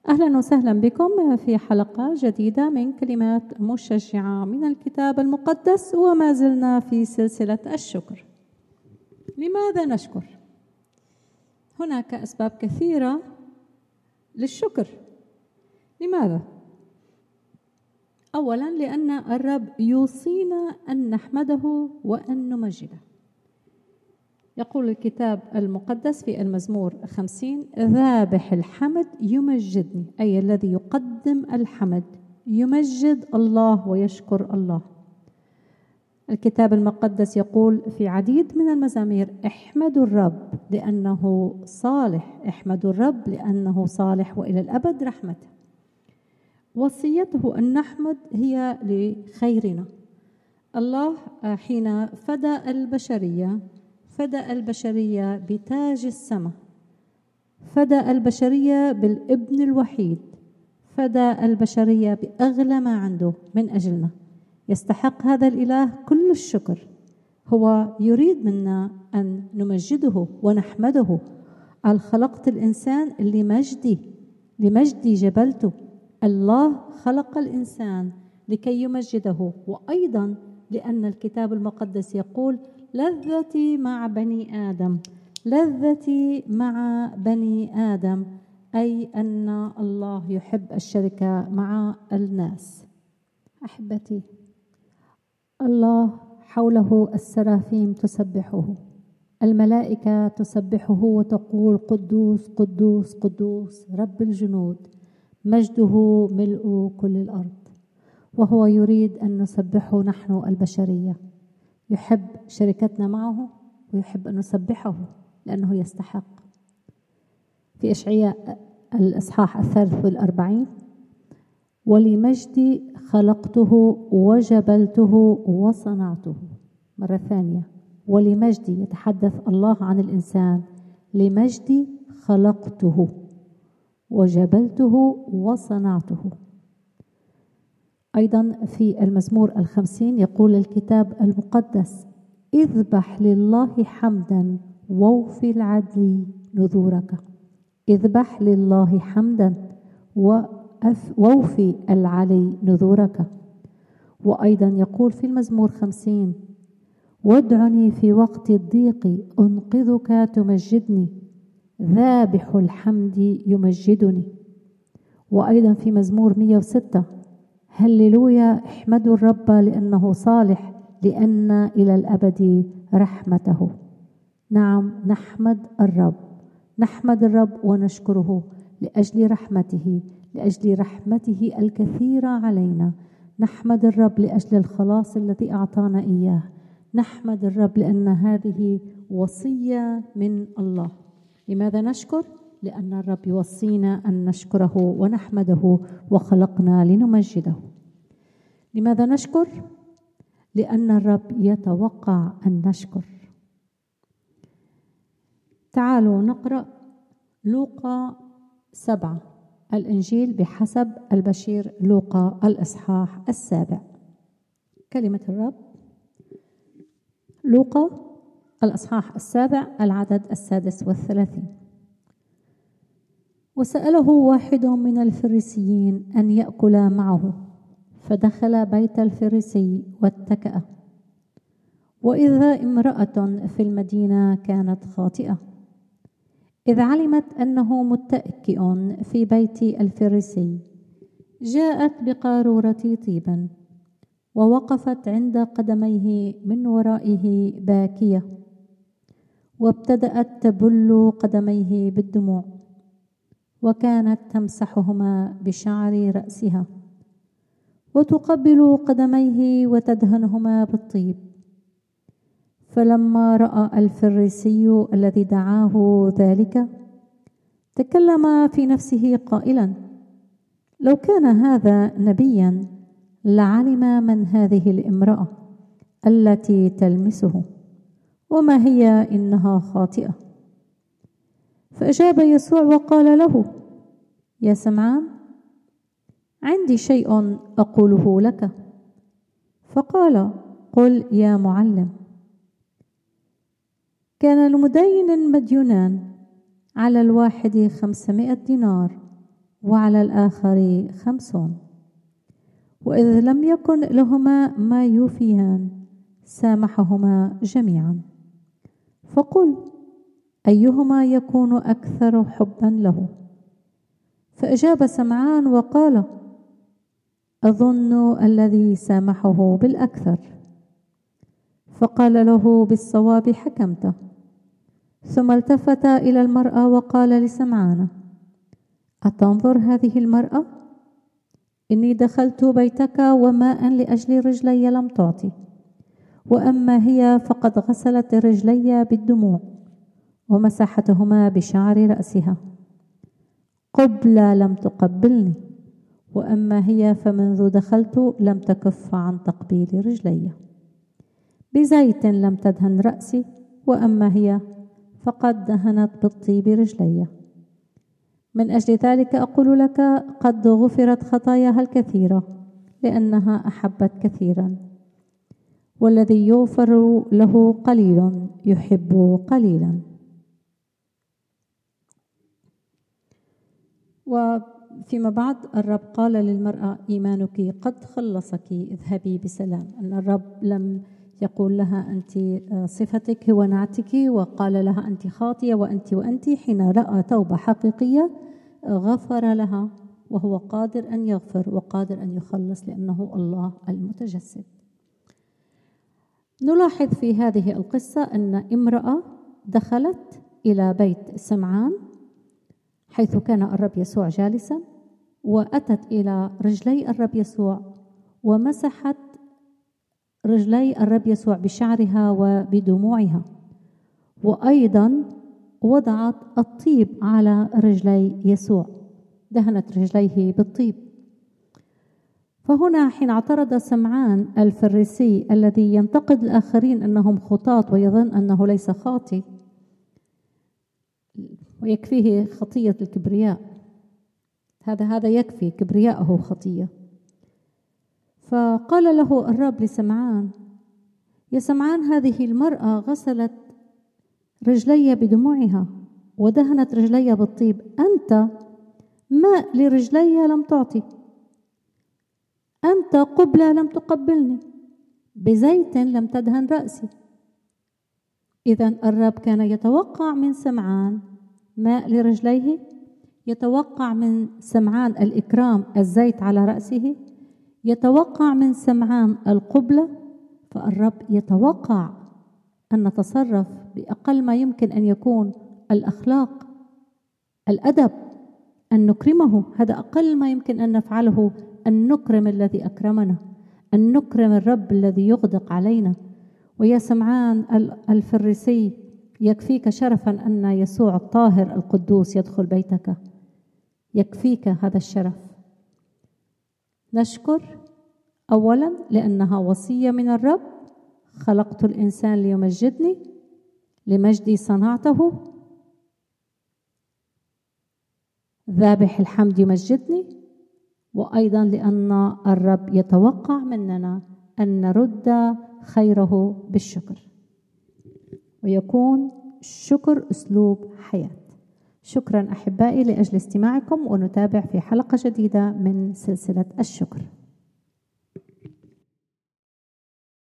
أهلا وسهلا بكم في حلقة جديدة من كلمات مشجعة من الكتاب المقدس، وما زلنا في سلسلة الشكر. لماذا نشكر؟ هناك أسباب كثيرة للشكر. لماذا؟ أولا لأن الرب يوصينا أن نحمده وأن نمجده. يقول الكتاب المقدس في المزمور 50: ذابح الحمد يمجدني، أي الذي يقدم الحمد يمجد الله ويشكر الله. الكتاب المقدس يقول في عديد من المزامير: احمدوا الرب لأنه صالح، احمدوا الرب لأنه صالح وإلى الأبد رحمته. وصيته أن نحمد هي لخيرنا. الله حين فدى البشرية بتاج السماء، فدى البشرية بالابن الوحيد، فدى البشرية بأغلى ما عنده من أجلنا. يستحق هذا الإله كل الشكر. هو يريد منا أن نمجده ونحمده. قال: خلقت الإنسان لمجدي جبلته. الله خلق الإنسان لكي يمجده، وأيضا لأن الكتاب المقدس يقول: لذتي مع بني آدم، لذتي مع بني آدم، أي أن الله يحب الشركة مع الناس. أحبتي، الله حوله السرافيم تسبحه، الملائكة تسبحه وتقول: قدوس قدوس قدوس رب الجنود، مجده ملء كل الأرض. وهو يريد أن نسبحه نحن البشرية. يحب شركتنا معه ويحب أن نسبحه لأنه يستحق. في إشعياء الإصحاح 43: ولمجدي خلقته وجبلته وصنعته. مرة ثانية، ولمجدي، يتحدث الله عن الإنسان، لمجدي خلقته وجبلته وصنعته. أيضا في المزمور 50 يقول الكتاب المقدس: اذبح لله حمدا ووفي العدل نذورك. اذبح لله حمدا ووفي العلي نذورك. وأيضا يقول في المزمور 50: وادعني في وقت الضيق أنقذك تمجدني، ذابح الحمد يمجدني. وأيضا في مزمور 106: هللويا، احمدوا الرب لأنه صالح، لأن إلى الأبد رحمته. نعم، نحمد الرب ونشكره لأجل رحمته الكثيرة علينا. نحمد الرب لأجل الخلاص الذي أعطانا إياه. نحمد الرب لأن هذه وصية من الله. لماذا نشكر؟ لأن الرب يوصينا أن نشكره ونحمده، وخلقنا لنمجده. لماذا نشكر؟ لأن الرب يتوقع أن نشكر. تعالوا نقرأ لوقا 7، الإنجيل بحسب البشير لوقا الإصحاح 7. كلمة الرب، لوقا الإصحاح 7 العدد 36: وسأله واحد من الفريسيين أن يأكل معه، فدخل بيت الفريسي واتكأ. وإذا امرأة في المدينة كانت خاطئة، إذ علمت أنه متكئ في بيت الفريسي، جاءت بقارورة طيب ووقفت عند قدميه من ورائه باكية، وابتدأت تبل قدميه بالدموع، وكانت تمسحهما بشعر رأسها، وتقبل قدميه وتدهنهما بالطيب. فلما رأى الفريسي الذي دعاه ذلك، تكلم في نفسه قائلا: لو كان هذا نبيا لعلم من هذه الامرأة التي تلمسه، وما هي إنها خاطئة. فأجاب يسوع وقال له: يا سمعان، عندي شيء أقوله لك. فقال: قل يا معلم. كان لمدين مديونان، على الواحد 500 دينار وعلى الآخر 50. وإذ لم يكن لهما ما يوفيان سامحهما جميعا. فقل أيهما يكون أكثر حبا له؟ فأجاب سمعان وقال أظن الذي سامحه بالأكثر. فقال له بالصواب حكمت. ثم التفت إلى المرأة وقال لسمعان أتنظر هذه المرأة؟ إني دخلت بيتك وماء لأجل رجلي لم تعطي، وأما هي فقد غسلت رجلي بالدموع ومسحتهما بشعر رأسها، قبل لم تقبلني، وأما هي فمنذ دخلت لم تكف عن تقبيل رجلي. بزيت لم تدهن رأسي، وأما هي فقد دهنت بالطيب رجلي. من أجل ذلك أقول لك قد غفرت خطاياها الكثيرة لأنها أحبت كثيرا، والذي يغفر له قليل يحب قليلا. وفيما بعد الرب قال للمرأة إيمانك قد خلصك، اذهبي بسلام. أن الرب لم يقول لها أنت صفتك هو نعتك، وقال لها أنت خاطية وأنت. حين رأى توبة حقيقية غفر لها، وهو قادر أن يغفر وقادر أن يخلص لأنه الله المتجسد. نلاحظ في هذه القصة أن امرأة دخلت إلى بيت سمعان حيث كان الرب يسوع جالسا، وأتت إلى رجلي الرب يسوع ومسحت رجلي الرب يسوع بشعرها وبدموعها، وأيضا وضعت الطيب على رجلي يسوع، دهنت رجليه بالطيب. فهنا حين اعترض سمعان الفريسي الذي ينتقد الآخرين أنهم خطاة ويظن أنه ليس خاطئ ويكفيه خطية الكبرياء، هذا يكفي كبرياءه خطية. فقال له الرب لسمعان يا سمعان هذه المرأة غسلت رجلي بدموعها ودهنت رجلي بالطيب، أنت ماء لرجلي لم تعطي، أنت قبلة لم تقبلني، بزيت لم تدهن رأسي. إذن الرب كان يتوقع من سمعان ماء لرجليه، يتوقع من سمعان الإكرام الزيت على رأسه، يتوقع من سمعان القبلة. فالرب يتوقع أن نتصرف بأقل ما يمكن أن يكون الأخلاق، الأدب، أن نكرمه، هذا أقل ما يمكن أن نفعله، أن نكرم الذي أكرمنا، أن نكرم الرب الذي يغدق علينا. ويا سمعان الفريسي يكفيك شرفا أن يسوع الطاهر القدوس يدخل بيتك، يكفيك هذا الشرف. نشكر أولا لأنها وصية من الرب، خلقت الإنسان ليمجدني، لمجدي صنعته، ذابح الحمد يمجدني. وأيضا لأن الرب يتوقع مننا أن نرد خيره بالشكر، ويكون الشكر أسلوب حياة. شكرا أحبائي لأجل استماعكم، ونتابع في حلقة جديدة من سلسلة الشكر.